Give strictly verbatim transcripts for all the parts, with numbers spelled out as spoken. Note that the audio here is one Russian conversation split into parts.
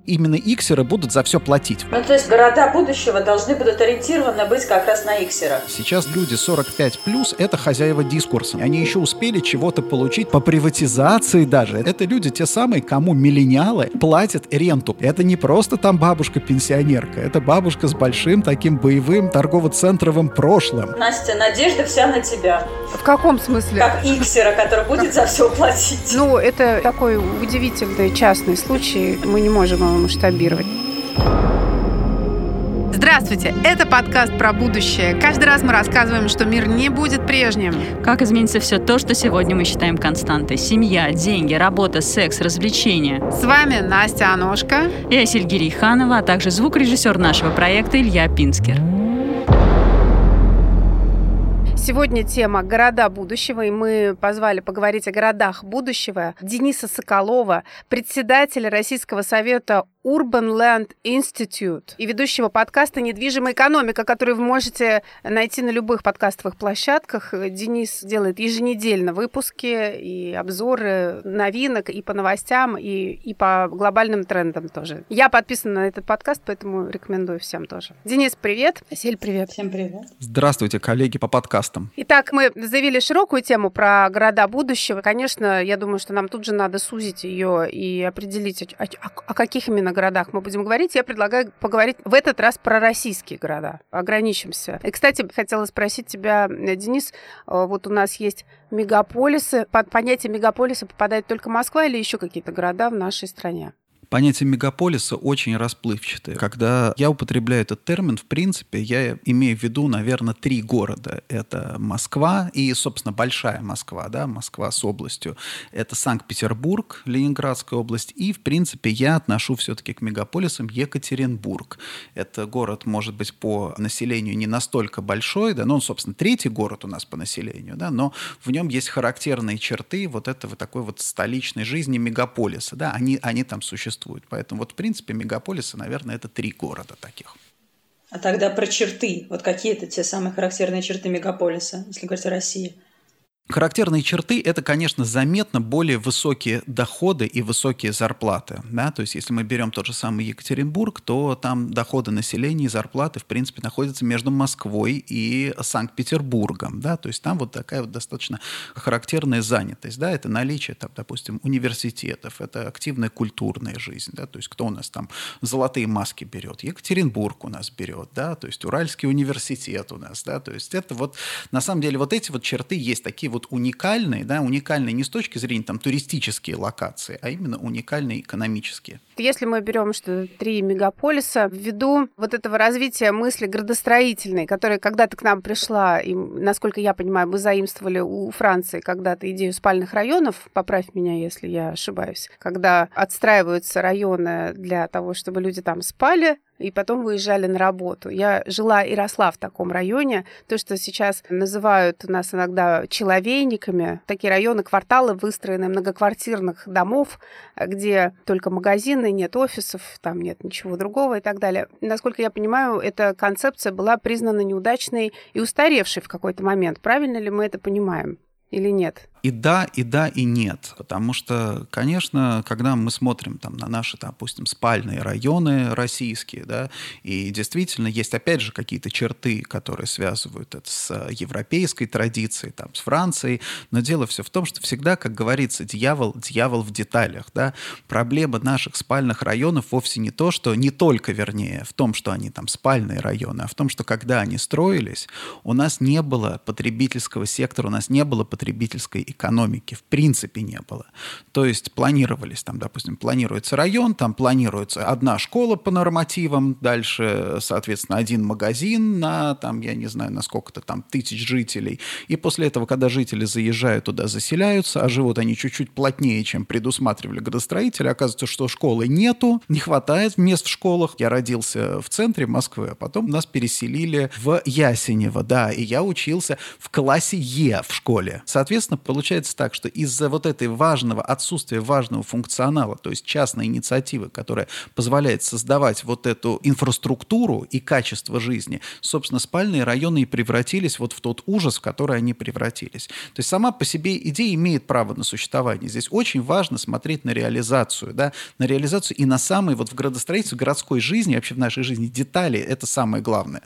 Именно иксеры будут за все платить. Ну, то есть города будущего должны будут ориентированы быть как раз на иксера. Сейчас люди сорок пять плюс – это хозяева дискурса. Они еще успели чего-то получить по приватизации даже. Это люди те самые, кому миллениалы платят ренту. Это не просто там бабушка-пенсионерка. Это бабушка с большим таким боевым торгово-центровым прошлым. Настя, надежда вся на тебя. В каком смысле? Как иксера, который будет за все платить. Ну, это такой удивительный частный случай. Мы не можем его масштабировать. Здравствуйте! Это подкаст про будущее. Каждый раз мы рассказываем, что мир не будет прежним. Как изменится все то, что сегодня мы считаем константой. Семья, деньги, работа, секс, развлечения. С вами Настя Аношка. Я Асель Гирейханова, а также звукорежиссер нашего проекта Илья Пинскер. Сегодня тема «Города будущего», и мы позвали поговорить о городах будущего Дениса Соколова, председателя Российского совета Urban Land Institute и ведущего подкаста «Недвижимая экономика», который вы можете найти на любых подкастовых площадках. Денис делает еженедельно выпуски и обзоры новинок и по новостям, и, и по глобальным трендам тоже. Я подписана на этот подкаст, поэтому рекомендую всем тоже. Денис, привет. Асель, привет. Всем привет. Здравствуйте, коллеги по подкастам. Итак, мы заявили широкую тему про города будущего. Конечно, я думаю, что нам тут же надо сузить ее и определить, о, о, о каких именно городах мы будем говорить. Я предлагаю поговорить в этот раз про российские города. Ограничимся. И, кстати, хотела спросить тебя, Денис, вот у нас есть мегаполисы. Под понятие мегаполиса попадает только Москва или еще какие-то города в нашей стране? Понятие мегаполиса очень расплывчатое. Когда я употребляю этот термин, в принципе, я имею в виду, наверное, три города. Это Москва и, собственно, большая Москва, да, Москва с областью. Это Санкт-Петербург, Ленинградская область. И, в принципе, я отношу все-таки к мегаполисам Екатеринбург. Это город, может быть, по населению не настолько большой, да, но он, собственно, третий город у нас по населению, да, но в нем есть характерные черты вот этого такой вот столичной жизни мегаполиса, да, они, они там существуют. Поэтому вот, в принципе, мегаполисы, наверное, это три города таких. А тогда про черты. Вот какие-то те самые характерные черты мегаполиса, если говорить о России? Характерные черты – это, конечно, заметно более высокие доходы и высокие зарплаты. Да? То есть, если мы берем тот же самый Екатеринбург, то там доходы населения и зарплаты, в принципе, находятся между Москвой и Санкт-Петербургом. Да? То есть, там вот такая вот достаточно характерная занятость. Да? Это наличие, там, допустим, университетов, это активная культурная жизнь. Да? То есть, кто у нас там золотые маски берет? Екатеринбург у нас берет. Да? То есть, Уральский университет у нас. Да? То есть, это вот, на самом деле, вот эти вот черты есть такие вот уникальные, да, уникальные не с точки зрения там туристические локации, а именно уникальные экономические. Если мы берем, что три мегаполиса, ввиду вот этого развития мысли градостроительной, которая когда-то к нам пришла, и, насколько я понимаю, мы заимствовали у Франции когда-то идею спальных районов, поправь меня, если я ошибаюсь, когда отстраиваются районы для того, чтобы люди там спали, и потом выезжали на работу. Я жила и росла в таком районе. То, что сейчас называют нас иногда человейниками. Такие районы, кварталы выстроены многоквартирных домов, где только магазины, нет офисов, там нет ничего другого и так далее. Насколько я понимаю, эта концепция была признана неудачной и устаревшей в какой-то момент. Правильно ли мы это понимаем или нет? И да, и да, и нет. Потому что, конечно, когда мы смотрим там, на наши, допустим, спальные районы российские, да, и действительно есть, опять же, какие-то черты, которые связывают это с европейской традицией, там, с Францией, но дело все в том, что всегда, как говорится, дьявол, дьявол в деталях. Да. Проблема наших спальных районов вовсе не то, что не только, вернее, в том, что они там спальные районы, а в том, что когда они строились, у нас не было потребительского сектора, у нас не было потребительской экономики в принципе не было. То есть планировались, там, допустим, планируется район, там планируется одна школа по нормативам, дальше, соответственно, один магазин на, там, я не знаю, на сколько-то там тысяч жителей. И после этого, когда жители заезжают туда, заселяются, а живут они чуть-чуть плотнее, чем предусматривали градостроители, оказывается, что школы нету, не хватает мест в школах. Я родился в центре Москвы, а потом нас переселили в Ясенево, да, и я учился в классе Е в школе. Соответственно, получилось получается так, что из-за вот этой важного, отсутствия важного функционала, то есть частной инициативы, которая позволяет создавать вот эту инфраструктуру и качество жизни, собственно, спальные районы и превратились вот в тот ужас, в который они превратились. То есть сама по себе идея имеет право на существование. Здесь очень важно смотреть на реализацию, да, на реализацию и на самые вот в градостроительстве, городской жизни, вообще в нашей жизни детали, это самое главное.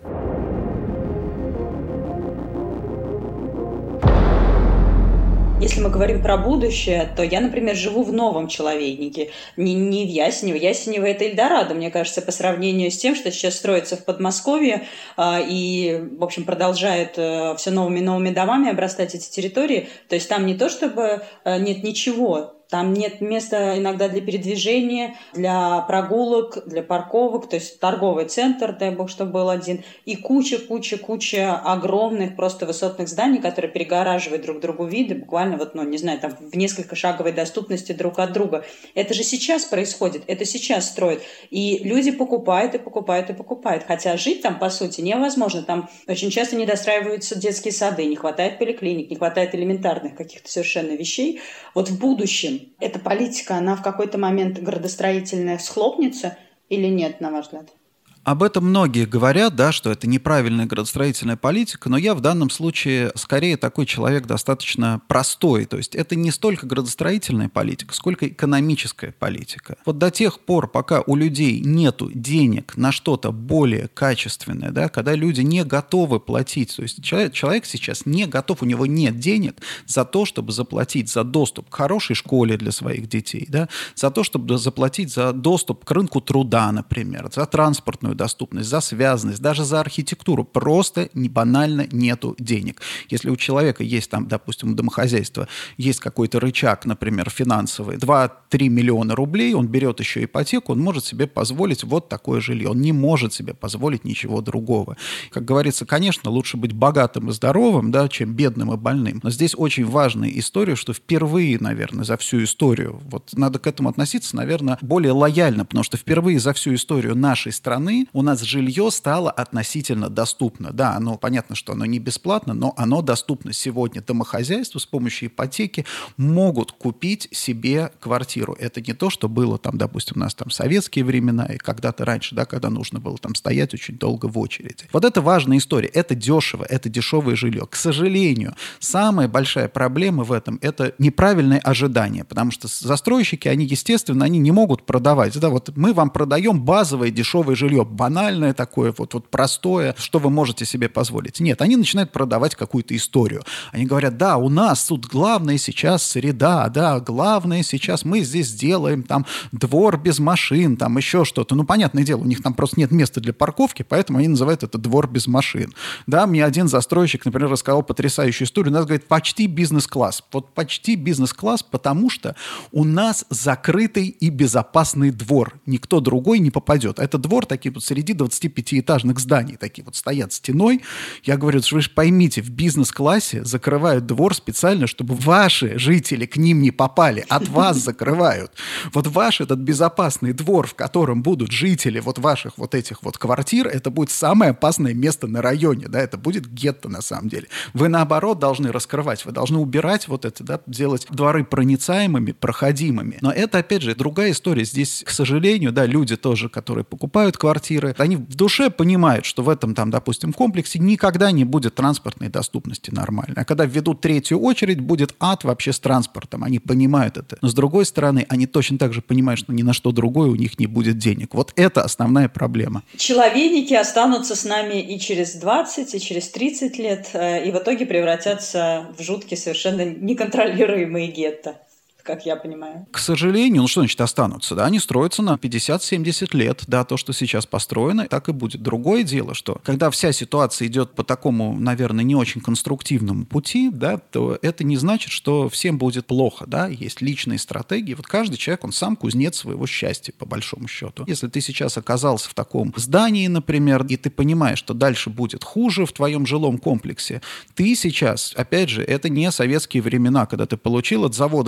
Если мы говорим про будущее, то я, например, живу в Новом Человейнике, не, не в Ясенево. Ясенево – это Эльдорадо, мне кажется, по сравнению с тем, что сейчас строится в Подмосковье э, и, в общем, продолжает э, все новыми и новыми домами обрастать эти территории. То есть там не то, чтобы э, нет ничего, там нет места иногда для передвижения, для прогулок, для парковок, то есть торговый центр, дай бог, чтобы был один, и куча-куча-куча огромных просто высотных зданий, которые перегораживают друг другу виды, буквально вот, ну, не знаю, там в несколько шаговой доступности друг от друга. Это же сейчас происходит, это сейчас строят. И люди покупают и покупают и покупают. Хотя жить там, по сути, невозможно. Там очень часто не достраиваются детские сады, не хватает поликлиник, не хватает элементарных каких-то совершенно вещей. Вот в будущем эта политика, она в какой-то момент градостроительная схлопнется или нет, на ваш взгляд? Об этом многие говорят, да, что это неправильная градостроительная политика, но я в данном случае скорее такой человек достаточно простой. То есть это не столько градостроительная политика, сколько экономическая политика. Вот до тех пор, пока у людей нету денег на что-то более качественное, да, когда люди не готовы платить, то есть человек, человек сейчас не готов, у него нет денег за то, чтобы заплатить за доступ к хорошей школе для своих детей, да, за то, чтобы заплатить за доступ к рынку труда, например, за транспортную доступность, за связанность, даже за архитектуру. Просто не, банально нету денег. Если у человека есть там, допустим, у домохозяйства есть какой-то рычаг, например, финансовый, два-три миллиона рублей, он берет еще ипотеку, он может себе позволить вот такое жилье. Он не может себе позволить ничего другого. Как говорится, конечно, лучше быть богатым и здоровым, да, чем бедным и больным. Но здесь очень важная история, что впервые, наверное, за всю историю, вот надо к этому относиться, наверное, более лояльно, потому что впервые за всю историю нашей страны у нас жилье стало относительно доступно. Да, оно, понятно, что оно не бесплатно, но оно доступно сегодня. Домохозяйству с помощью ипотеки могут купить себе квартиру. Это не то, что было там, допустим, у нас там в советские времена и когда-то раньше, да, когда нужно было там стоять очень долго в очереди. Вот это важная история. Это дешево, это дешевое жилье. К сожалению, самая большая проблема в этом – это неправильное ожидание, потому что застройщики, они, естественно, они не могут продавать. Да, вот мы вам продаем базовое дешевое жилье, банальное такое, вот, вот простое, что вы можете себе позволить. Нет, они начинают продавать какую-то историю. Они говорят, да, у нас тут главное сейчас среда, да, главное сейчас мы здесь сделаем там двор без машин, там еще что-то. Ну, понятное дело, у них там просто нет места для парковки, поэтому они называют это двор без машин. Да, мне один застройщик, например, рассказал потрясающую историю. У нас, говорит, почти бизнес-класс. Вот почти бизнес-класс, потому что у нас закрытый и безопасный двор. Никто другой не попадет. А это двор такие вот среди двадцатипятиэтажных зданий, такие вот стоят стеной. Я говорю, что вы же поймите, в бизнес-классе закрывают двор специально, чтобы ваши жители к ним не попали, от вас закрывают. Вот ваш этот безопасный двор, в котором будут жители вот ваших вот этих вот квартир, это будет самое опасное место на районе, да, это будет гетто на самом деле. Вы наоборот должны раскрывать, вы должны убирать вот это, да, делать дворы проницаемыми, проходимыми. Но это, опять же, другая история. Здесь, к сожалению, да, люди тоже, которые покупают квартиры, они в душе понимают, что в этом, там, допустим, комплексе никогда не будет транспортной доступности нормальной. А когда введут третью очередь, будет ад вообще с транспортом. Они понимают это. Но, с другой стороны, они точно так же понимают, что ни на что другое у них не будет денег. Вот это основная проблема. Человейники останутся с нами и через двадцать, и через тридцать лет, и в итоге превратятся в жуткие, совершенно неконтролируемые гетто, как я понимаю. К сожалению, ну что значит останутся? Да? Они строятся на пятьдесят-семьдесят лет. Да, то, что сейчас построено, так и будет. Другое дело, что когда вся ситуация идет по такому, наверное, не очень конструктивному пути, да, то это не значит, что всем будет плохо. Да? Есть личные стратегии. Вот каждый человек, он сам кузнец своего счастья, по большому счету. Если ты сейчас оказался в таком здании, например, и ты понимаешь, что дальше будет хуже в твоем жилом комплексе, ты сейчас, опять же, это не советские времена, когда ты получил от завода квартиру,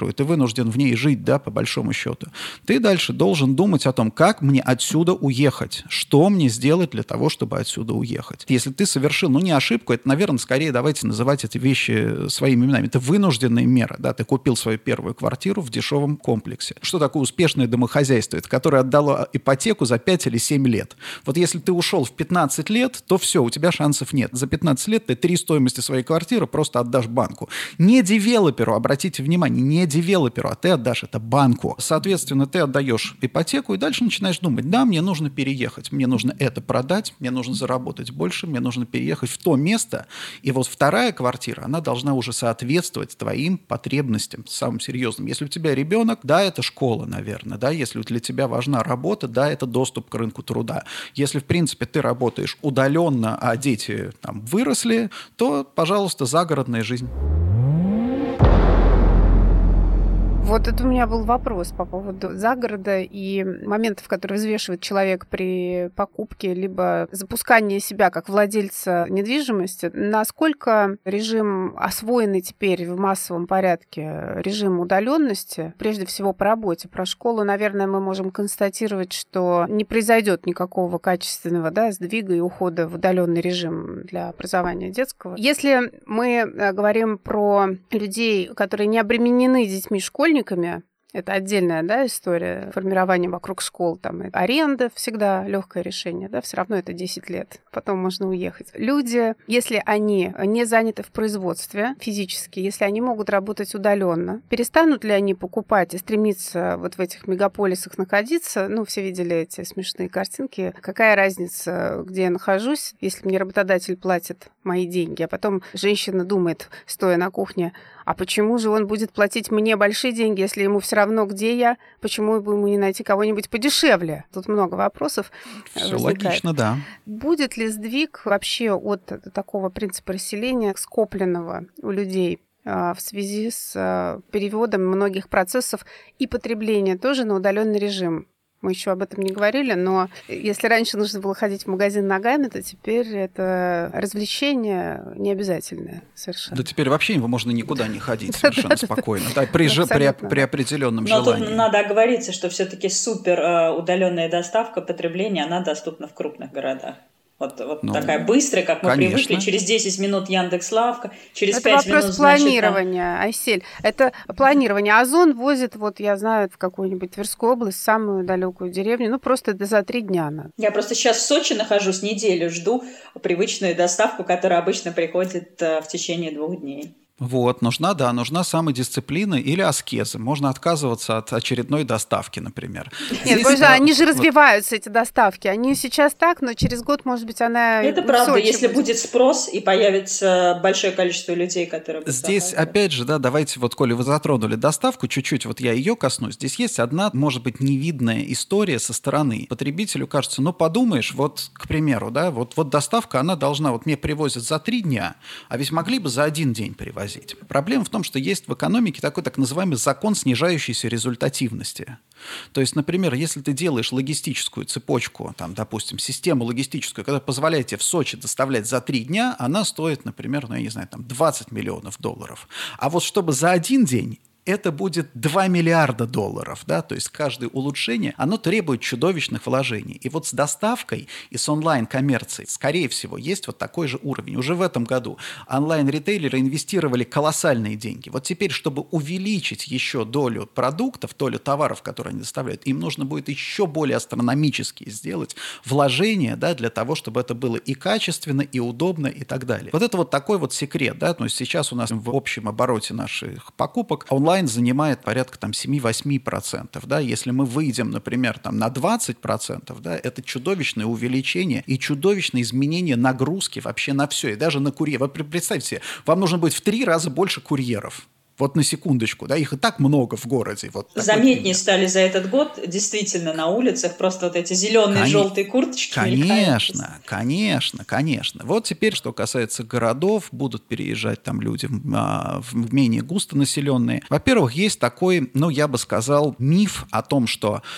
квартиру, и ты вынужден в ней жить, да, по большому счету, ты дальше должен думать о том, как мне отсюда уехать, что мне сделать для того, чтобы отсюда уехать. Если ты совершил, ну, не ошибку, это, наверное, скорее давайте называть эти вещи своими именами. Это вынужденная мера, да, ты купил свою первую квартиру в дешевом комплексе. Что такое успешное домохозяйство? Это которое отдало ипотеку за пять или семь лет. Вот если ты ушел в пятнадцать лет, то все, у тебя шансов нет. За пятнадцать лет ты три стоимости своей квартиры просто отдашь банку. Не девелоперу, обратите внимание, не девелоперу, а ты отдашь это банку. Соответственно, ты отдаешь ипотеку и дальше начинаешь думать, да, мне нужно переехать, мне нужно это продать, мне нужно заработать больше, мне нужно переехать в то место. И вот вторая квартира, она должна уже соответствовать твоим потребностям, самым серьезным. Если у тебя ребенок, да, это школа, наверное, да, если для тебя важна работа, да, это доступ к рынку труда. Если, в принципе, ты работаешь удаленно, а дети там выросли, то, пожалуйста, загородная жизнь. Вот это у меня был вопрос по поводу загорода и моментов, которые взвешивает человек при покупке либо запускании себя как владельца недвижимости. Насколько режим, освоенный теперь в массовом порядке, режим удаленности, прежде всего по работе, про школу, наверное, мы можем констатировать, что не произойдет никакого качественного, да, сдвига и ухода в удаленный режим для образования детского. Если мы говорим про людей, которые не обременены детьми школьниками, это отдельная, да, история формирования вокруг школ. Там аренда всегда легкое решение, да, все равно это десять лет, потом можно уехать. Люди, если они не заняты в производстве физически, если они могут работать удаленно, перестанут ли они покупать и стремиться вот в этих мегаполисах находиться? Ну, все видели эти смешные картинки. Какая разница, где я нахожусь, если мне работодатель платит мои деньги, а потом женщина думает, стоя на кухне, а почему же он будет платить мне большие деньги, если ему все равно, где я, почему бы ему не найти кого-нибудь подешевле? Тут много вопросов Все возникает. логично, да. Будет ли сдвиг вообще от такого принципа расселения, скопленного у людей в связи с переводом многих процессов и потребления тоже на удаленный режим? Мы еще об этом не говорили, но если раньше нужно было ходить в магазин ногами, то теперь это развлечение необязательное совершенно. Да теперь вообще можно никуда не ходить совершенно спокойно, да, при, же, при, при определенном желании. Но тут надо оговориться, что все-таки супер удаленная доставка потребления, она доступна в крупных городах. Вот, вот ну, такая быстрая, как мы конечно. привыкли, через десять минут Яндекс.Лавка, через это пять минут... Это вопрос планирования, значит, там... Айсель. Это планирование. Озон возит, вот я знаю, в какую-нибудь Тверскую область, самую далекую деревню, ну просто за три дня надо. Я просто сейчас в Сочи нахожусь, неделю жду привычную доставку, которая обычно приходит в течение двух дней. Вот, нужна, да, нужна самодисциплина или аскеза. Можно отказываться от очередной доставки, например. Нет, Здесь, же, они же развиваются, эти доставки. Они сейчас так, но через год, может быть, она... Это правда, если будет. будет спрос и появится большое количество людей, которые... Здесь, опять же, да, давайте, вот, коли вы затронули доставку, чуть-чуть вот я ее коснусь. Здесь есть одна, может быть, невидная история со стороны. Потребителю кажется, ну, подумаешь, вот, к примеру, да, вот, вот доставка, она должна, вот мне привозят за три дня, а ведь могли бы за один день привозить. Проблема в том, что есть в экономике такой так называемый закон снижающейся результативности. То есть, например, если ты делаешь логистическую цепочку, там, допустим, систему логистическую, которая позволяет тебе в Сочи доставлять за три дня, она стоит, например, ну, я не знаю, там, двадцать миллионов долларов. А вот чтобы за один день это будет два миллиарда долларов, да, то есть каждое улучшение, оно требует чудовищных вложений. И вот с доставкой и с онлайн-коммерцией, скорее всего, есть вот такой же уровень. Уже в этом году онлайн-ритейлеры инвестировали колоссальные деньги. Вот теперь, чтобы увеличить еще долю продуктов, долю товаров, которые они доставляют, им нужно будет еще более астрономические сделать вложения, да, для того, чтобы это было и качественно, и удобно, и так далее. Вот это вот такой вот секрет, да, то есть сейчас у нас в общем обороте наших покупок онлайн занимает порядка там семь-восемь процентов. Да? Если мы выйдем, например, там, на двадцать процентов, да, это чудовищное увеличение и чудовищное изменение нагрузки вообще на все. И даже на курьеров. Вы представьте себе, вам нужно будет в три раза больше курьеров. Вот на секундочку, да, их и так много в городе. Вот заметнее стали за этот год, действительно, на улицах просто вот эти зеленые, Кон... желтые курточки. Конечно, конечно, конечно. Вот теперь, что касается городов, будут переезжать там люди а, в менее густонаселенные. Во-первых, есть такой, ну, я бы сказал, миф о том, что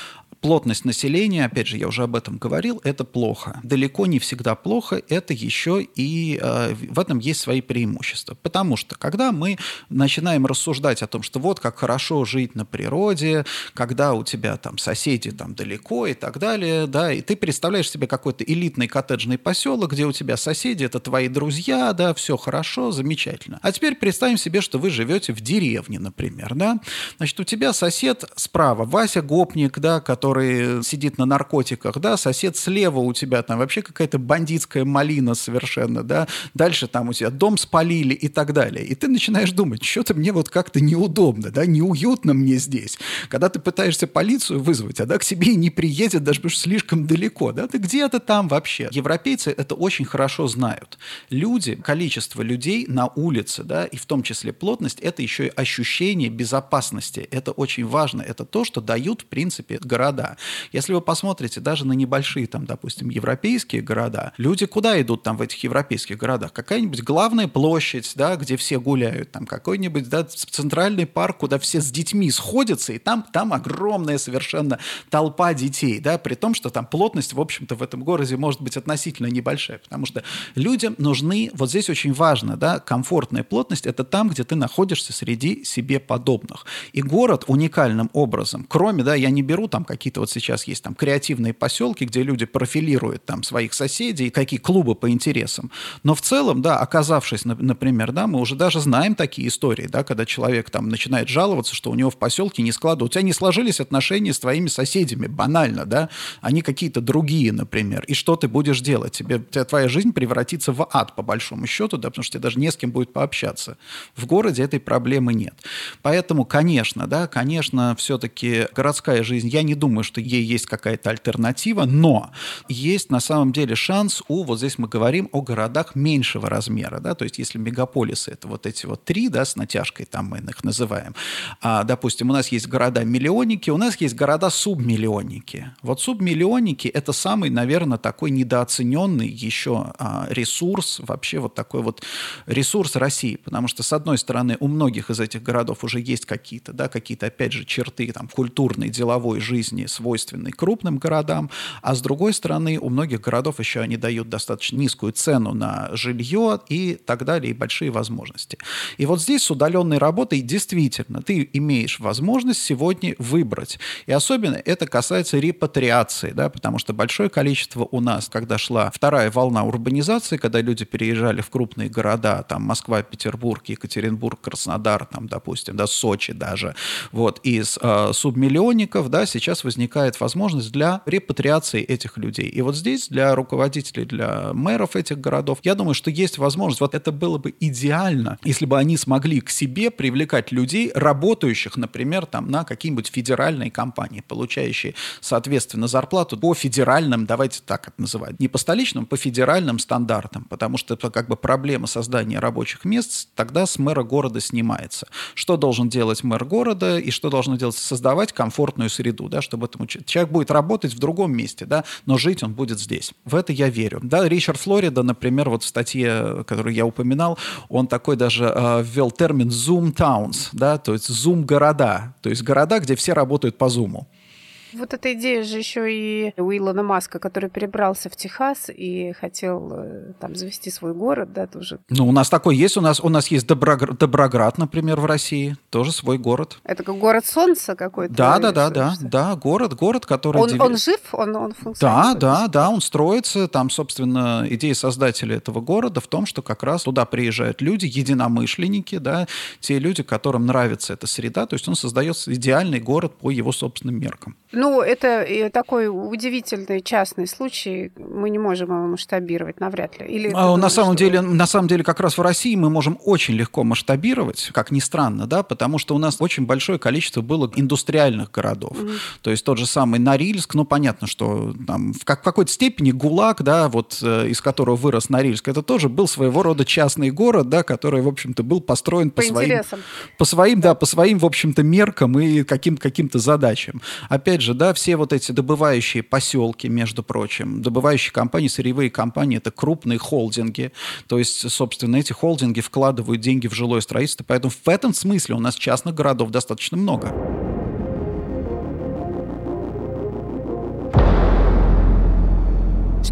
плотность населения, опять же, я уже об этом говорил, это плохо. Далеко не всегда плохо, это еще и э, в этом есть свои преимущества. Потому что, когда мы начинаем рассуждать о том, что вот как хорошо жить на природе, когда у тебя там соседи там далеко и так далее, да, и ты представляешь себе какой-то элитный коттеджный поселок, где у тебя соседи, это твои друзья, да, все хорошо, замечательно. А теперь представим себе, что вы живете в деревне, например, да, значит, у тебя сосед справа, Вася Гопник, да, который сидит на наркотиках, да, сосед слева у тебя там вообще какая-то бандитская малина совершенно, да, дальше там у тебя дом спалили и так далее. И ты начинаешь думать, что-то мне вот как-то неудобно, да, неуютно мне здесь. Когда ты пытаешься полицию вызвать, она к себе и не приедет, даже потому что слишком далеко, да, ты где-то там вообще. Европейцы это очень хорошо знают. Люди, количество людей на улице, да, и в том числе плотность, это еще и ощущение безопасности. Это очень важно. Это то, что дают, в принципе, города. Если вы посмотрите даже на небольшие, там, допустим, европейские города, люди куда идут там в этих европейских городах? Какая-нибудь главная площадь, да, где все гуляют, там какой-нибудь, да, центральный парк, куда все с детьми сходятся, и там, там огромная совершенно толпа детей, да, при том, что там плотность, в общем-то, в этом городе может быть относительно небольшая, потому что людям нужны, вот здесь очень важно, да, комфортная плотность, это там, где ты находишься среди себе подобных. И город уникальным образом, кроме, да, я не беру там какие-то вот сейчас есть там креативные поселки, где люди профилируют там своих соседей, какие клубы по интересам, но в целом, да, оказавшись, например, да, мы уже даже знаем такие истории, да, когда человек там начинает жаловаться, что у него в поселке не складываются, у тебя не сложились отношения с твоими соседями, банально, да, они какие-то другие, например, и что ты будешь делать? Тебе, твоя жизнь превратится в ад, по большому счету, да, потому что тебе даже не с кем будет пообщаться. В городе этой проблемы нет. Поэтому, конечно, да, конечно, все-таки городская жизнь, я не думаю, что ей есть какая-то альтернатива, но есть на самом деле шанс у, вот здесь мы говорим о городах меньшего размера, да, то есть если мегаполисы это вот эти вот три, да, с натяжкой, там мы их называем, а, допустим, у нас есть города-миллионники, у нас есть города-субмиллионники. Вот субмиллионники это самый, наверное, такой недооцененный еще а, ресурс, вообще вот такой вот ресурс России, потому что, с одной стороны, у многих из этих городов уже есть какие-то, да, какие-то, опять же, черты там, культурной, деловой жизни, свойственной крупным городам, а с другой стороны, у многих городов еще они дают достаточно низкую цену на жилье и так далее, и большие возможности. И вот здесь с удаленной работой действительно ты имеешь возможность сегодня выбрать. И особенно это касается репатриации, да, потому что большое количество у нас, когда шла вторая волна урбанизации, когда люди переезжали в крупные города, там Москва, Петербург, Екатеринбург, Краснодар, там, допустим, да, Сочи даже, вот, из э, субмиллионников, да, сейчас возникает возможность для репатриации этих людей. И вот здесь для руководителей, для мэров этих городов, я думаю, что есть возможность, вот это было бы идеально, если бы они смогли к себе привлекать людей, работающих, например, там, на какие-нибудь федеральные компании, получающие, соответственно, зарплату по федеральным, давайте так это называть, не по столичным, по федеральным стандартам, потому что это как бы проблема создания рабочих мест тогда с мэра города снимается. Что должен делать мэр города и что должно делать? Создавать комфортную среду, да, чтобы этому человек будет работать в другом месте, да, но жить он будет здесь. В это я верю. Да, Ричард Флорида, например, вот в статье, которую я упоминал, он такой даже э, ввел термин Zoom Towns, да, то есть Zoom города, то есть города, где все работают по Zoom. Вот эта идея же еще и у Илона Маска, который перебрался в Техас и хотел там завести свой город, да, тоже. Ну, у нас такой есть, у нас, у нас есть Доброград, Доброград, например, в России, тоже свой город. Это как город солнца какой-то? Да, да, да, да, да, город, город, который... Он, он жив? Он, он функционирует? Да, да, да, он строится, там, собственно, идея создателя этого города в том, что как раз туда приезжают люди, единомышленники, да, те люди, которым нравится эта среда, то есть он создает идеальный город по его собственным меркам. Ну, это такой удивительный частный случай, мы не можем его масштабировать, навряд ли. Или а, думаешь, на, самом что... деле, на самом деле, как раз в России мы можем очень легко масштабировать, как ни странно, да, потому что у нас очень большое количество было индустриальных городов. Mm-hmm. То есть тот же самый Норильск, ну, понятно, что там в, как, в какой-то степени ГУЛАГ, да, вот э, из которого вырос Норильск, это тоже был своего рода частный город, да, который, в общем-то, был построен по, по своим, по своим, да, по своим, в общем-то, меркам и каким, каким-то задачам. Опять же, да, все вот эти добывающие поселки, между прочим, добывающие компании, сырьевые компании, это крупные холдинги, то есть, собственно, эти холдинги вкладывают деньги в жилое строительство, поэтому в этом смысле у нас частных городов достаточно много.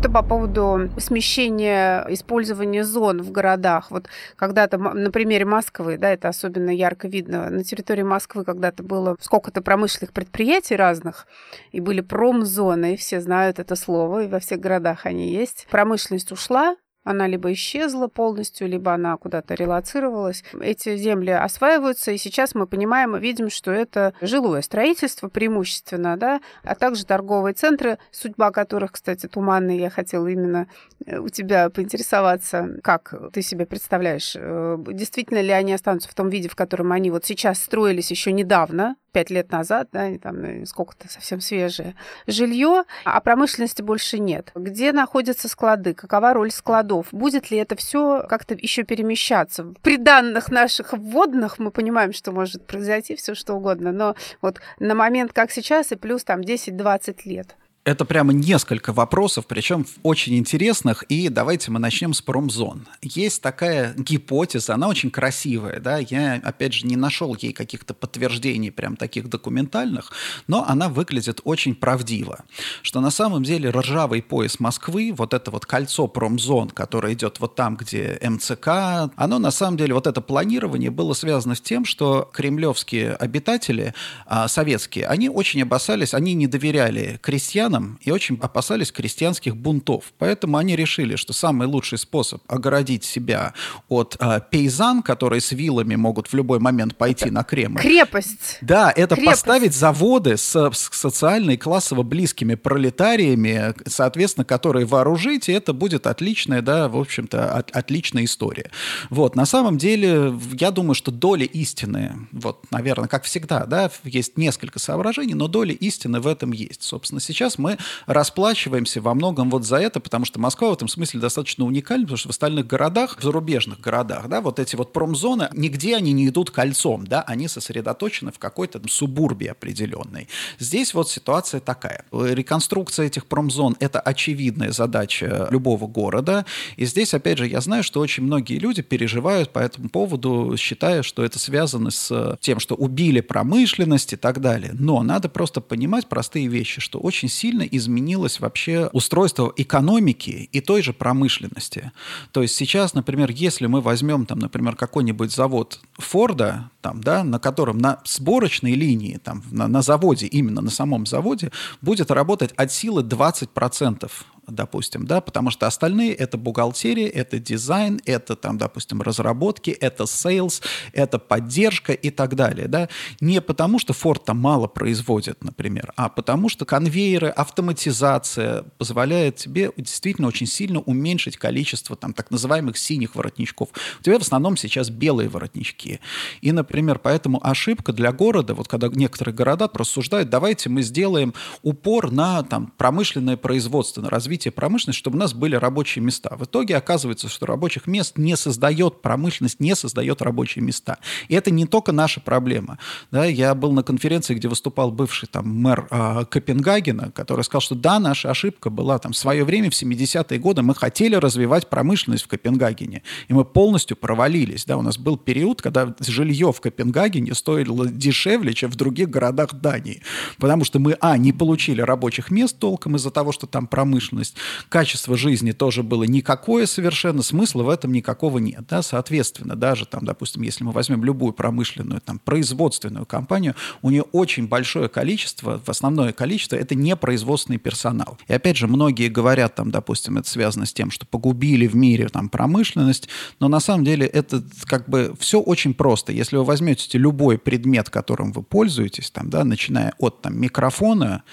что по поводу смещения использования зон в городах? Вот когда-то на примере Москвы, да, это особенно ярко видно. На территории Москвы когда-то было сколько-то промышленных предприятий разных, и были промзоны, все знают это слово, и во всех городах они есть. Промышленность ушла, она либо исчезла полностью, либо она куда-то релоцировалась. Эти земли осваиваются, и сейчас мы понимаем и видим, что это жилое строительство преимущественно, да, а также торговые центры, судьба которых, кстати, туманная. Я хотела именно у тебя поинтересоваться, как ты себе представляешь, действительно ли они останутся в том виде, в котором они вот сейчас строились еще недавно, пять лет назад, да, и там сколько-то совсем свежее жилье, а промышленности больше нет. Где находятся склады? Какова роль складов? Будет ли это все как-то еще перемещаться? При данных наших вводных мы понимаем, что может произойти все что угодно, но вот на момент, как сейчас, и плюс там десять-двадцать лет. Это прямо несколько вопросов, причем очень интересных, и давайте мы начнем с промзон. Есть такая гипотеза, она очень красивая, да, я, опять же, не нашел ей каких-то подтверждений прям таких документальных, но она выглядит очень правдиво, что на самом деле ржавый пояс Москвы, вот это вот кольцо промзон, которое идет вот там, где эм цэ ка, оно на самом деле, вот это планирование было связано с тем, что кремлевские обитатели, а, советские, они очень опасались, они не доверяли крестьянам, и очень опасались крестьянских бунтов. Поэтому они решили, что самый лучший способ огородить себя от э, пейзан, которые с вилами могут в любой момент пойти это на Кремль. Крепость. Да, это крепость. Поставить заводы с, с социально и классово близкими пролетариями, соответственно, которые вооружить, и это будет отличная, да, в общем-то, от, отличная история. Вот, на самом деле, я думаю, что доля истины, вот, наверное, как всегда, да, есть несколько соображений, но доля истины в этом есть. Собственно, сейчас мы расплачиваемся во многом вот за это, потому что Москва в этом смысле достаточно уникальна, потому что в остальных городах, в зарубежных городах, да, вот эти вот промзоны, нигде они не идут кольцом, да, они сосредоточены в какой-то там субурбии определенной. Здесь вот ситуация такая. Реконструкция этих промзон – это очевидная задача любого города, и здесь, опять же, я знаю, что очень многие люди переживают по этому поводу, считая, что это связано с тем, что убили промышленность и так далее. Но надо просто понимать простые вещи, что очень сильно изменилось вообще устройство экономики и той же промышленности. То есть сейчас, например, если мы возьмем, там, например, какой-нибудь завод Форда, там, да, на котором на сборочной линии, там, на, на заводе, именно на самом заводе, будет работать от силы двадцать процентов, допустим, да, потому что остальные — это бухгалтерия, это дизайн, это, там, допустим, разработки, это сейлс, это поддержка и так далее, да. Не потому, что Ford там мало производит, например, а потому что конвейеры, автоматизация позволяет тебе действительно очень сильно уменьшить количество там так называемых синих воротничков. У тебя в основном сейчас белые воротнички. И, например, поэтому ошибка для города, вот когда некоторые города рассуждают, давайте мы сделаем упор на там промышленное производство, на развитие промышленности, чтобы у нас были рабочие места. В итоге оказывается, что рабочих мест не создает промышленность, не создает рабочие места. И это не только наша проблема. Да, я был на конференции, где выступал бывший там мэр э, Копенгагена, который сказал, что да, наша ошибка была там в свое время, в семидесятые годы, мы хотели развивать промышленность в Копенгагене, и мы полностью провалились. Да, у нас был период, когда жилье в Копенгагене стоило дешевле, чем в других городах Дании, потому что мы, а, не получили рабочих мест толком из-за того, что там промышленность, качество жизни тоже было никакое совершенно, смысла в этом никакого нет. Да? Соответственно, даже там, допустим, если мы возьмем любую промышленную, там, производственную компанию, у нее очень большое количество, в основное количество, это не производственный персонал. И опять же, многие говорят, там, допустим, это связано с тем, что погубили в мире там, промышленность, но на самом деле это как бы все очень просто. Если вы возьмете любой предмет, которым вы пользуетесь, там, да, начиная от там, микрофона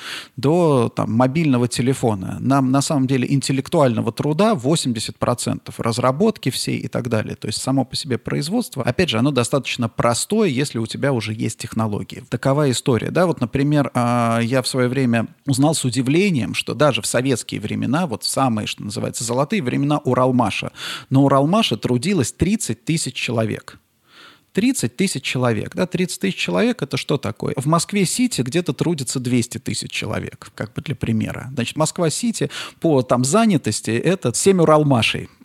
до там, мобильного телефона, нам на самом деле интеллектуального труда восемьдесят процентов, разработки всей и так далее. То есть само по себе производство, опять же, оно достаточно простое, если у тебя уже есть технологии. Такова история. Да? Вот, например, я в свое время узнал с удивлением, что даже в советские времена, вот в самые, что называется, золотые времена Уралмаша, на Уралмаше трудилось тридцать тысяч человек. тридцать тысяч человек. Да? тридцать тысяч человек – это что такое? В Москве-Сити где-то трудится двести тысяч человек, как бы для примера. Значит, Москва-Сити по там, занятости – это семь Уралмашей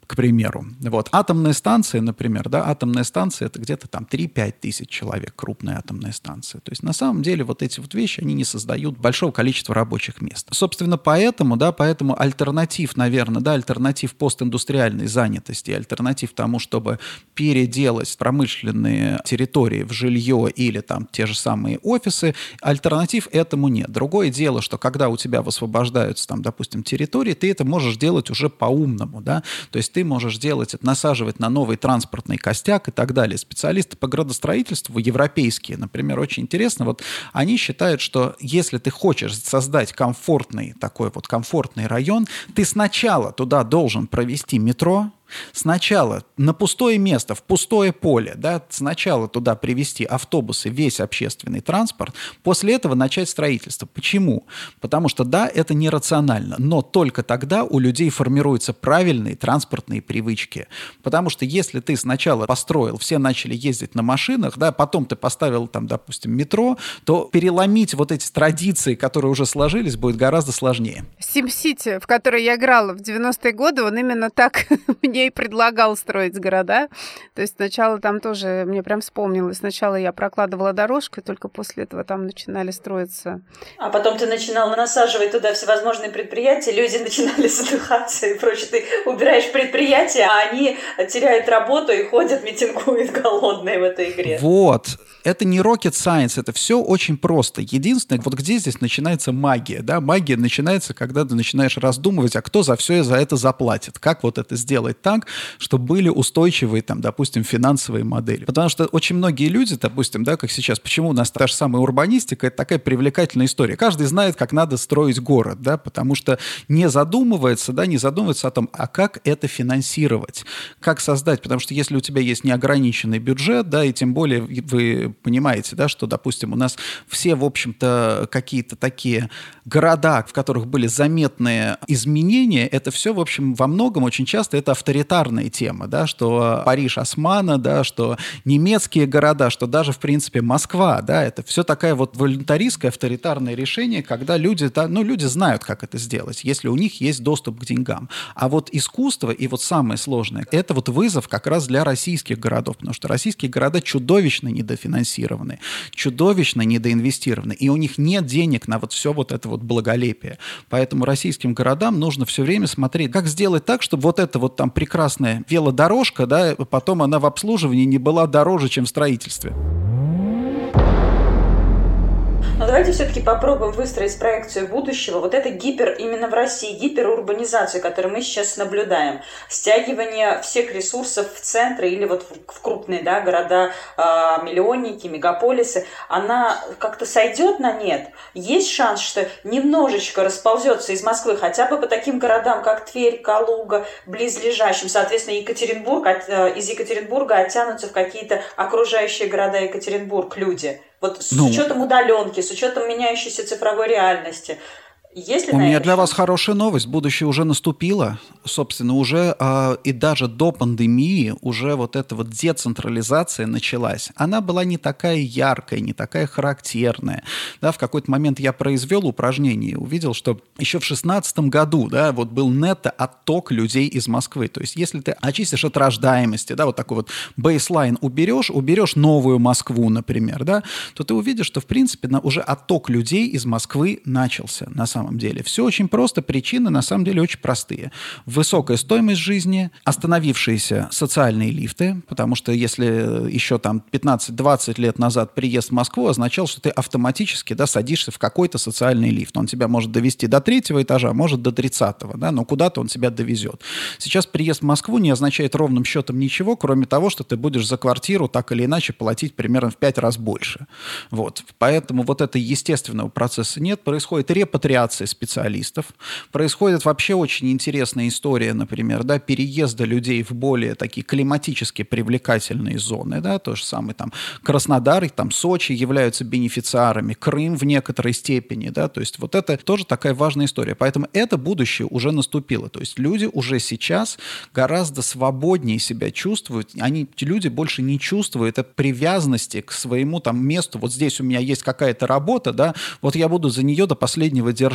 к примеру. Вот. Атомные станции, например, да, атомная станция — это где-то там три-пять тысяч человек, крупная атомная станция. То есть на самом деле вот эти вот вещи, они не создают большого количества рабочих мест. Собственно, поэтому, да, поэтому альтернатив, наверное, да, альтернатив постиндустриальной занятости, альтернатив тому, чтобы переделать промышленные территории в жилье или там те же самые офисы, альтернатив этому нет. Другое дело, что когда у тебя высвобождаются там, допустим, территории, ты это можешь делать уже по-умному, да, то есть ты можешь делать это, насаживать на новый транспортный костяк и так далее. Специалисты по градостроительству, европейские, например, очень интересно, вот они считают, что если ты хочешь создать комфортный, такой вот комфортный район, ты сначала туда должен провести метро, сначала на пустое место, в пустое поле, да, сначала туда привезти автобусы, весь общественный транспорт, после этого начать строительство. Почему? Потому что, да, это нерационально, но только тогда у людей формируются правильные транспортные привычки. Потому что если ты сначала построил, все начали ездить на машинах, да, потом ты поставил там, допустим, метро, то переломить вот эти традиции, которые уже сложились, будет гораздо сложнее. SimCity, в которой я играла в девяностые годы, он именно так мне и предлагал строить города. То есть сначала там тоже, мне прям вспомнилось, сначала я прокладывала дорожку, и только после этого там начинали строиться. А потом ты начинала насаживать туда всевозможные предприятия, люди начинали задыхаться и прочее. Ты убираешь предприятия, а они теряют работу и ходят, митингуют голодные в этой игре. Вот. Это не rocket science, это все очень просто. Единственное, вот где здесь начинается магия, да? Магия начинается, когда ты начинаешь раздумывать, а кто за все за это заплатит, как вот это сделать так, чтобы были устойчивые, там, допустим, финансовые модели. Потому что очень многие люди, допустим, да, как сейчас, почему у нас та же самая урбанистика, это такая привлекательная история. Каждый знает, как надо строить город, да, потому что не задумывается, да, не задумывается о том, а как это финансировать, как создать, потому что если у тебя есть неограниченный бюджет, да, и тем более вы понимаете, да, что, допустим, у нас все, в общем-то, какие-то такие города, в которых были заметные изменения, это все, в общем, во многом очень часто это авторитарная тема, да, что Париж Османа, да, что немецкие города, что даже, в принципе, Москва, да, это все такая вот волюнтаристское авторитарное решение, когда люди, да, ну, люди знают, как это сделать, если у них есть доступ к деньгам. А вот искусство и вот самое сложное, это вот вызов как раз для российских городов, потому что российские города чудовищно недофинансированы, чудовищно недоинвестированы, и у них нет денег на вот все вот это вот благолепие. Поэтому российским городам нужно все время смотреть, как сделать так, чтобы вот это вот там прекрасная велодорожка, да, потом она в обслуживании не была дороже, чем в строительстве. Но давайте все-таки попробуем выстроить проекцию будущего. Вот это гипер, именно в России, гиперурбанизацию, которую мы сейчас наблюдаем. Стягивание всех ресурсов в центры или вот в, в крупные, да, города, э, миллионники, мегаполисы, она как-то сойдет на нет? Есть шанс, что немножечко расползется из Москвы, хотя бы по таким городам, как Тверь, Калуга, близлежащим, соответственно, Екатеринбург, от, э, из Екатеринбурга оттянутся в какие-то окружающие города Екатеринбург люди. Вот с ну, учетом удаленки, с учетом меняющейся цифровой реальности. Есть ли У на меня это для шанс? вас хорошая новость. Будущее уже наступило. Собственно, уже э, и даже до пандемии уже вот эта вот децентрализация началась. Она была не такая яркая, не такая характерная. Да, в какой-то момент я произвел упражнение и увидел, что еще в шестнадцатом году, да, вот был нето-отток людей из Москвы. То есть если ты очистишь от рождаемости, да, вот такой вот бейслайн уберешь, уберешь новую Москву, например, да, то ты увидишь, что, в принципе, на, уже отток людей из Москвы начался на самом деле. Все очень просто, причины на самом деле очень простые. Высокая стоимость жизни, остановившиеся социальные лифты, потому что если еще там пятнадцать-двадцать лет назад приезд в Москву означал, что ты автоматически, да, садишься в какой-то социальный лифт. Он тебя может довести до третьего этажа, может до тридцатого, да, но куда-то он тебя довезет. Сейчас приезд в Москву не означает ровным счетом ничего, кроме того, что ты будешь за квартиру так или иначе платить примерно в пять раз больше. Вот. Поэтому вот этого естественного процесса нет. Происходит репатриация специалистов. Происходит вообще очень интересная история, например, да, переезда людей в более такие климатически привлекательные зоны, да, то же самое там Краснодар и там Сочи являются бенефициарами, Крым в некоторой степени, да, то есть вот это тоже такая важная история. Поэтому это будущее уже наступило, то есть люди уже сейчас гораздо свободнее себя чувствуют, они, люди больше не чувствуют этой привязанности к своему там месту, вот здесь у меня есть какая-то работа, да, вот я буду за нее до последнего держаться.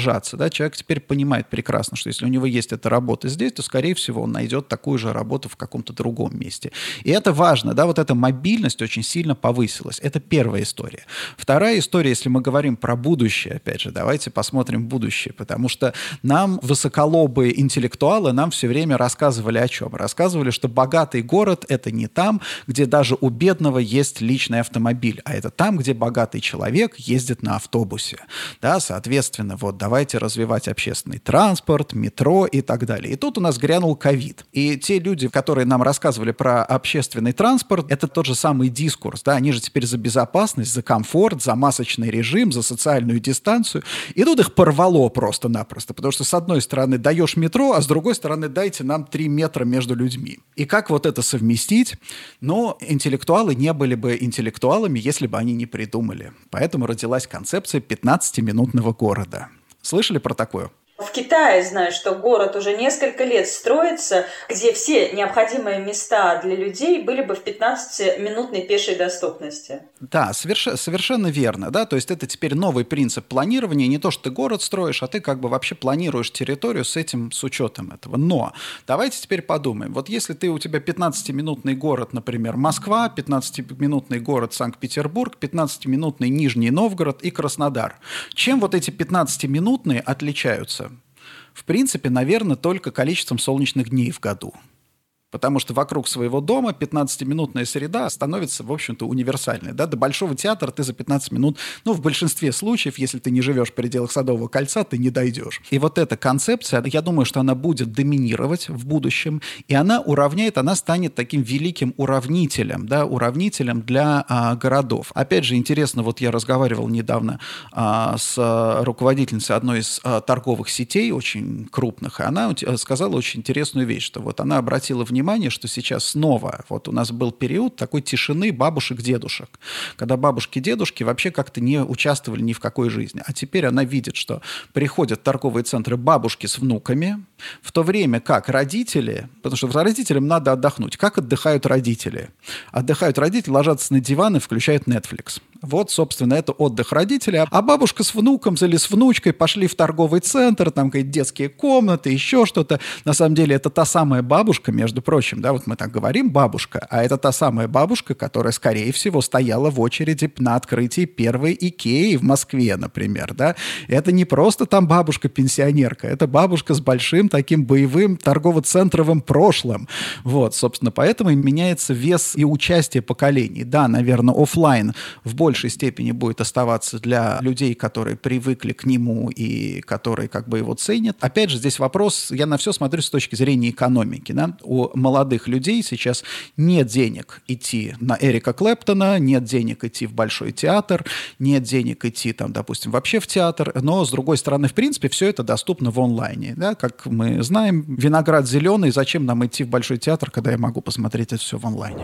снижаться. Да? Человек теперь понимает прекрасно, что если у него есть эта работа здесь, то, скорее всего, он найдет такую же работу в каком-то другом месте. И это важно. Да? Вот эта мобильность очень сильно повысилась. Это первая история. Вторая история, если мы говорим про будущее, опять же, давайте посмотрим будущее, потому что нам высоколобые интеллектуалы нам все время рассказывали о чем? Рассказывали, что богатый город — это не там, где даже у бедного есть личный автомобиль, а это там, где богатый человек ездит на автобусе. Да, соответственно, вот давайте развивать общественный транспорт, метро и так далее. И тут у нас грянул ковид. И те люди, которые нам рассказывали про общественный транспорт, это тот же самый дискурс. Да? Они же теперь за безопасность, за комфорт, за масочный режим, за социальную дистанцию. И тут их порвало просто-напросто. Потому что, с одной стороны, даешь метро, а с другой стороны, дайте нам три метра между людьми. И как вот это совместить? Но интеллектуалы не были бы интеллектуалами, если бы они не придумали. Поэтому родилась концепция пятнадцатиминутного города. Слышали про такое? В Китае знаю, что город уже несколько лет строится, где все необходимые места для людей были бы в пятнадцатиминутной пешей доступности. Да, соверш... совершенно верно. Да? То есть это теперь новый принцип планирования. Не то, что ты город строишь, а ты как бы вообще планируешь территорию с этим, с учетом этого. Но давайте теперь подумаем. Вот если ты, у тебя пятнадцатиминутный город, например, Москва, пятнадцатиминутный город Санкт-Петербург, пятнадцатиминутный Нижний Новгород и Краснодар. Чем вот эти пятнадцатиминутные отличаются? В принципе, наверное, только количеством солнечных дней в году. Потому что вокруг своего дома пятнадцатиминутная среда становится, в общем-то, универсальной. Да? До Большого театра ты за пятнадцать минут, ну, в большинстве случаев, если ты не живешь в пределах Садового кольца, ты не дойдешь. И вот эта концепция, я думаю, что она будет доминировать в будущем, и она уравняет, она станет таким великим уравнителем, да, уравнителем для а, городов. Опять же, интересно, вот я разговаривал недавно а, с а, руководительницей одной из а, торговых сетей, очень крупных, и она сказала очень интересную вещь, что вот она обратила внимание, Внимание, что сейчас снова, вот у нас был период такой тишины бабушек-дедушек, когда бабушки-дедушки вообще как-то не участвовали ни в какой жизни. А теперь она видит, что приходят в торговые центры бабушки с внуками, в то время как родители, потому что родителям надо отдохнуть. Как отдыхают родители? Отдыхают родители, ложатся на диван и включают Netflix. Вот, собственно, это отдых родителей. А бабушка с внуком или с внучкой пошли в торговый центр, там какие-то детские комнаты, еще что-то. На самом деле это та самая бабушка, между прочим, да, вот мы так говорим бабушка, а это та самая бабушка, которая, скорее всего, стояла в очереди на открытии первой Икеи в Москве, например, да. Это не просто там бабушка-пенсионерка, это бабушка с большим таким боевым торгово-центровым прошлым. Вот, собственно, поэтому меняется вес и участие поколений. Да, наверное, офлайн в большей степени будет оставаться для людей, которые привыкли к нему и которые как бы его ценят. Опять же, здесь вопрос, я на все смотрю с точки зрения экономики, да. У молодых людей сейчас нет денег идти на Эрика Клэптона, нет денег идти в Большой театр, нет денег идти, там, допустим, вообще в театр, но, с другой стороны, в принципе, все это доступно в онлайне. Да? Как мы знаем, виноград зеленый, зачем нам идти в Большой театр, когда я могу посмотреть это все в онлайне?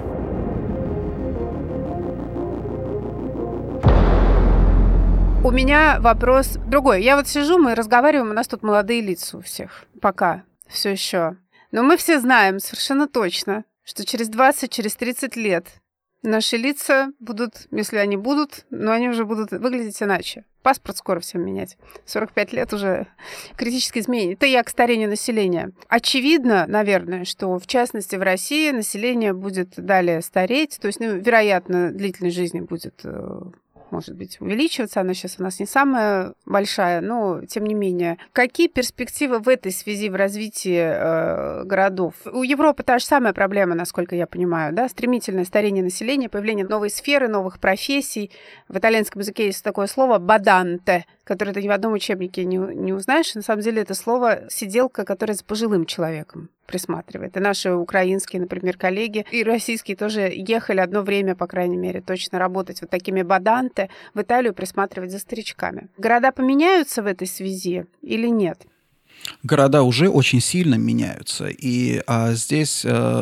У меня вопрос другой. Я вот сижу, мы разговариваем, у нас тут молодые лица у всех. Пока. Все еще. Но мы все знаем совершенно точно, что через двадцать, через тридцать лет наши лица будут, если они будут, но они уже будут выглядеть иначе. Паспорт скоро всем менять. сорок пять лет уже критические изменения. Это я к старению населения. Очевидно, наверное, что в частности в России население будет далее стареть. То есть, ну, вероятно, длительность жизни будет, может быть, увеличиваться. Она сейчас у нас не самая большая, но тем не менее. Какие перспективы в этой связи в развитии э, городов? У Европы та же самая проблема, насколько я понимаю, да? Стремительное старение населения, появление новой сферы, новых профессий. В итальянском языке есть такое слово «баданте», которое ты ни в одном учебнике не, не узнаешь. На самом деле это слово «сиделка», которая за пожилым человеком присматривает. И наши украинские, например, коллеги, и российские тоже ехали одно время, по крайней мере, точно работать вот такими баданте в Италию, присматривать за старичками. Города поменяются в этой связи или нет? Города уже очень сильно меняются, и а, здесь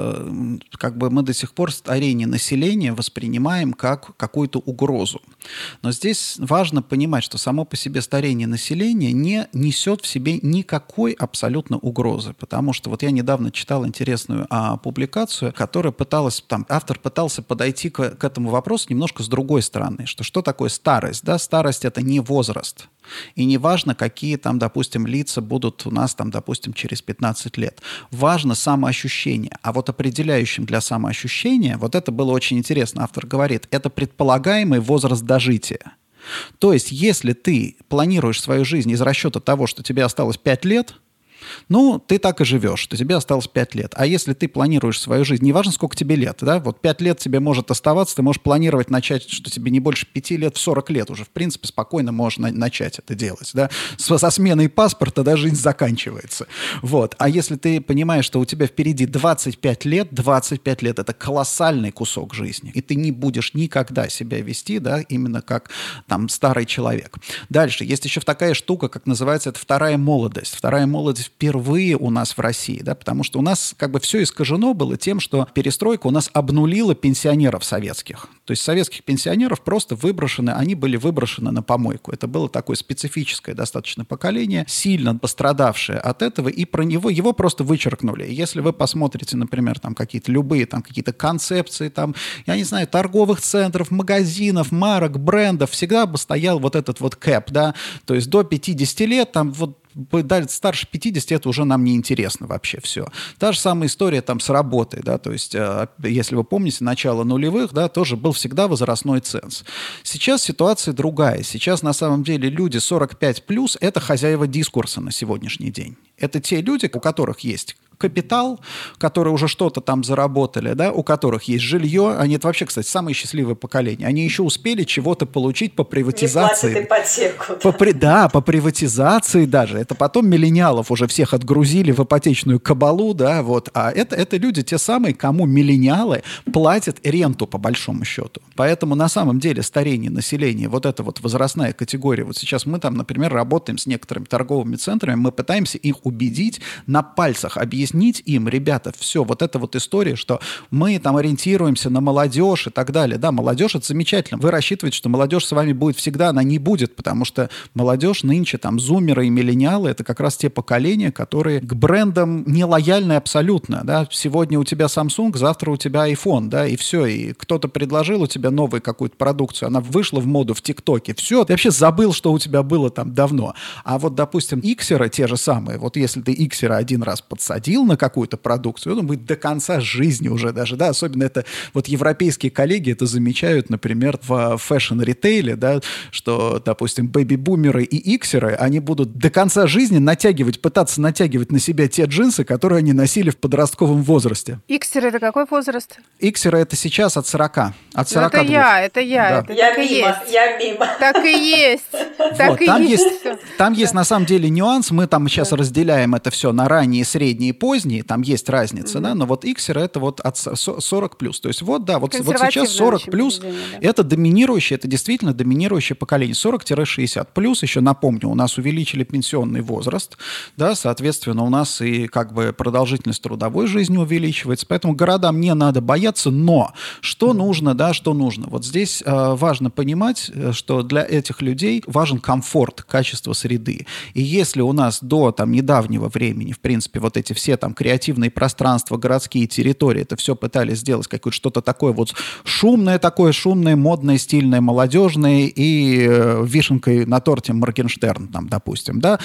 а, как бы мы до сих пор старение населения воспринимаем как какую-то угрозу. Но здесь важно понимать, что само по себе старение населения не несет в себе никакой абсолютно угрозы, потому что вот я недавно читал интересную а, публикацию, которая пыталась, там, автор пытался подойти к, к этому вопросу немножко с другой стороны, что что такое старость, да, старость — это не возраст. И не важно, какие там, допустим, лица будут у нас, там, допустим, через пятнадцать лет. Важно самоощущение. А вот определяющим для самоощущения, вот это было очень интересно, автор говорит, это предполагаемый возраст дожития. То есть, если ты планируешь свою жизнь из расчета того, что тебе осталось пять лет, ну, ты так и живешь, что тебе осталось пять лет. А если ты планируешь свою жизнь, неважно, сколько тебе лет, да, вот пять лет тебе может оставаться, ты можешь планировать начать, что тебе не больше пяти лет, в сорок лет уже, в принципе, спокойно можешь на- начать это делать, да. Со, со сменой паспорта, да, жизнь заканчивается. Вот. А если ты понимаешь, что у тебя впереди двадцать пять лет, двадцать пять лет — это колоссальный кусок жизни, и ты не будешь никогда себя вести, да, именно как там старый человек. Дальше. Есть еще такая штука, как называется, это вторая молодость. Вторая молодость впервые у нас в России, да, потому что у нас как бы все искажено было тем, что перестройка у нас обнулила пенсионеров советских. То есть советских пенсионеров просто выброшены, они были выброшены на помойку. Это было такое специфическое достаточно поколение, сильно пострадавшее от этого, и про него, его просто вычеркнули. Если вы посмотрите, например, там какие-то любые там какие-то концепции, там, я не знаю, торговых центров, магазинов, марок, брендов, всегда бы стоял вот этот вот кэп, да, то есть до пятидесяти лет там вот старше пятидесяти это уже нам не интересно вообще все. Та же самая история там с работой, да, то есть, э, если вы помните, начало нулевых, да, тоже был всегда возрастной ценз. Сейчас ситуация другая. Сейчас на самом деле люди сорок пять плюс это хозяева дискурса на сегодняшний день. Это те люди, у которых есть капитал, которые уже что-то там заработали, да, у которых есть жилье. Они, это вообще, кстати, самое счастливое поколение. Они еще успели чего-то получить по приватизации. Не платят ипотеку. По, при, да, по приватизации даже. Это потом миллениалов уже всех отгрузили в ипотечную кабалу, да, вот. А это, это люди те самые, кому миллениалы платят ренту, по большому счету. Поэтому на самом деле старение населения, вот эта вот возрастная категория, вот сейчас мы там, например, работаем с некоторыми торговыми центрами, мы пытаемся их убедить, на пальцах объяснить им, ребята, все, вот эта вот история, что мы там ориентируемся на молодежь и так далее. Да, молодежь — это замечательно. Вы рассчитываете, что молодежь с вами будет всегда, она не будет, потому что молодежь нынче, там, зумеры и миллениалы — это как раз те поколения, которые к брендам не лояльны абсолютно, да. Сегодня у тебя Samsung, завтра у тебя iPhone, да, и все, и кто-то предложил у тебя новую какую-то продукцию, она вышла в моду в ТикТоке, все, ты вообще забыл, что у тебя было там давно. А вот, допустим, иксеры те же самые, вот если ты иксера один раз подсадил на какую-то продукцию, он будет до конца жизни уже даже, да, особенно это вот европейские коллеги это замечают, например, в фэшн-ритейле, да, что, допустим, бэби-бумеры и иксеры, они будут до конца жизни натягивать, пытаться натягивать на себя те джинсы, которые они носили в подростковом возрасте. Иксеры — это какой возраст? Иксеры — это сейчас от сорока, от сорока двух. Это я, это я, Да. это Я так и мимо, есть. я мимо. Так и есть. Так Вот, и там есть. есть, там есть на самом деле нюанс. Мы там сейчас Да. разделяем это все на ранние, средние и поздние. Там есть разница, Мгм. да. Но вот иксеры это вот от сорок плюс. То есть вот, да, вот, вот сейчас Консервативное сорок очень плюс поведение, да. это доминирующее, это действительно доминирующее поколение. сорок-шестьдесят плюс, еще напомню, у нас увеличили пенсионный возраст, да, соответственно, у нас и как бы продолжительность трудовой жизни увеличивается. Поэтому городам не надо бояться, но что нужно, да, что нужно. Вот здесь э, важно понимать, что для этих людей важен комфорт, качество среды. И если у нас до там, недавнего времени, в принципе, вот эти все там креативные пространства, городские территории, это все пытались сделать какое-то что-то такое вот шумное, такое шумное, модное, стильное, молодежное и э, вишенкой на торте Моргенштерн, там, допустим, да,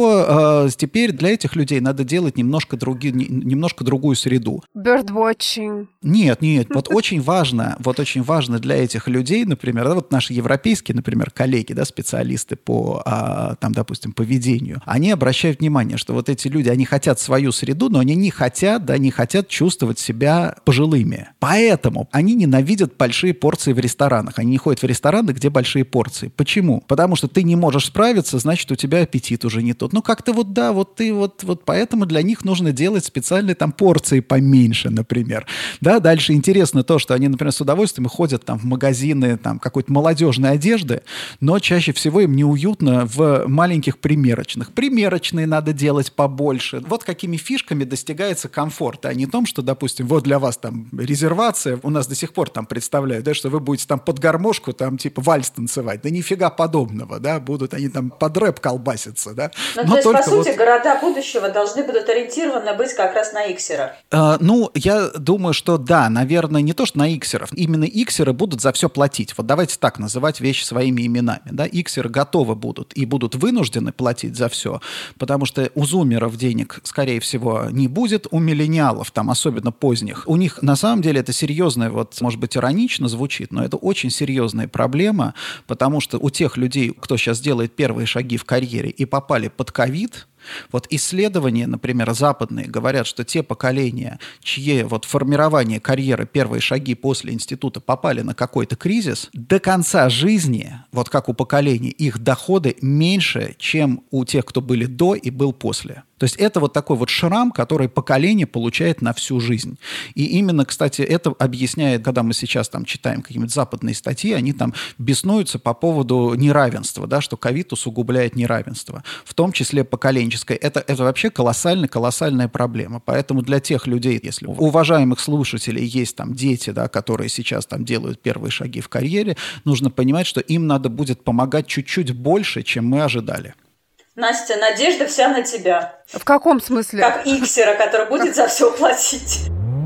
то э, теперь для этих людей надо делать немножко, други, немножко другую среду. Birdwatching. Нет, нет, вот очень важно, вот очень важно для этих людей, например, да, вот наши европейские, например, коллеги, да, специалисты по, а, там, допустим, поведению, они обращают внимание, что вот эти люди, они хотят свою среду, еду, но они не хотят, да, не хотят чувствовать себя пожилыми. Поэтому они ненавидят большие порции в ресторанах. Они не ходят в рестораны, где большие порции. Почему? Потому что ты не можешь справиться, значит, у тебя аппетит уже не тот. Ну, как-то вот, да, вот ты вот, вот поэтому для них нужно делать специальные там порции поменьше, например. Да, дальше интересно то, что они, например, с удовольствием ходят там в магазины там какой-то молодежной одежды, но чаще всего им неуютно в маленьких примерочных. Примерочные надо делать побольше. Вот какими фишками достигается комфорт, а не том, что, допустим, вот для вас там резервация, у нас до сих пор там представляют, да, что вы будете там под гармошку там типа вальс танцевать. Да нифига подобного, да, будут они там под рэп колбаситься, да. Ну, но то есть, по сути, вот... города будущего должны будут ориентированы быть как раз на иксеров. А, ну, я думаю, что да, наверное, не то, что на иксеров. Именно иксеры будут за все платить. Вот давайте так называть вещи своими именами, да. Иксеры готовы будут и будут вынуждены платить за все, потому что у зумеров денег, скорее всего, не будет, у миллениалов, там, особенно поздних. У них, на самом деле, это серьезная, вот, может быть, иронично звучит, но это очень серьезная проблема, потому что у тех людей, кто сейчас делает первые шаги в карьере и попали под ковид, вот исследования, например, западные, говорят, что те поколения, чьи вот формирование карьеры, первые шаги после института попали на какой-то кризис, до конца жизни, вот как у поколений, их доходы меньше, чем у тех, кто были до и был после. То есть это вот такой вот шрам, который поколение получает на всю жизнь. И именно, кстати, это объясняет, когда мы сейчас там читаем какие-нибудь западные статьи, они там беснуются по поводу неравенства, да, что ковид усугубляет неравенство, в том числе поколенческое. Это, это вообще колоссальная-колоссальная проблема. Поэтому для тех людей, если у уважаемых слушателей есть там дети, да, которые сейчас там делают первые шаги в карьере, нужно понимать, что им надо будет помогать чуть-чуть больше, чем мы ожидали. Настя, надежда вся на тебя. В каком смысле? Как иксера, который будет за все платить.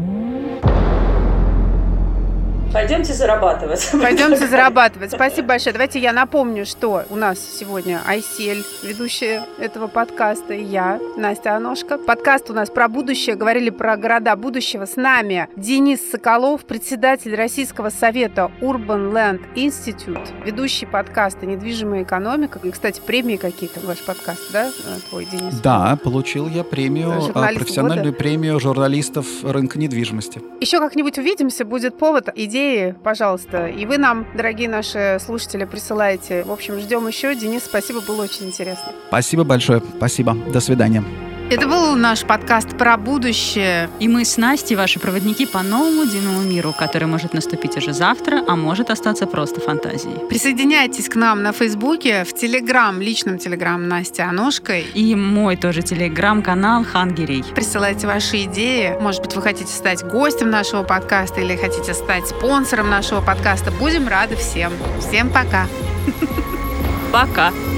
Пойдемте зарабатывать. Пойдемте зарабатывать. Спасибо большое. Давайте я напомню, что у нас сегодня Айсель, ведущая этого подкаста, и я, Настя Аношка. Подкаст у нас про будущее. Говорили про города будущего. С нами Денис Соколов, председатель Российского совета Urban Land Institute, ведущий подкаста «Недвижимая экономика». И, кстати, премии какие-то ваш подкаст, да, твой, Денис? Да, получил я премию, профессиональную года. Премию журналистов рынка недвижимости. Еще как-нибудь увидимся, будет повод. Идеи, пожалуйста. И вы нам, дорогие наши слушатели, присылаете. В общем, ждем еще. Денис, спасибо, было очень интересно. Спасибо большое. Спасибо. До свидания. Это был наш подкаст про будущее. И мы с Настей ваши проводники по новому дивному миру, который может наступить уже завтра, а может остаться просто фантазией. Присоединяйтесь к нам на Фейсбуке, в Телеграм, личном Телеграм Настя Аношка. И мой тоже Телеграм-канал Хангерей. Присылайте ваши идеи. Может быть, вы хотите стать гостем нашего подкаста или хотите стать спонсором нашего подкаста. Будем рады всем. Всем пока. Пока.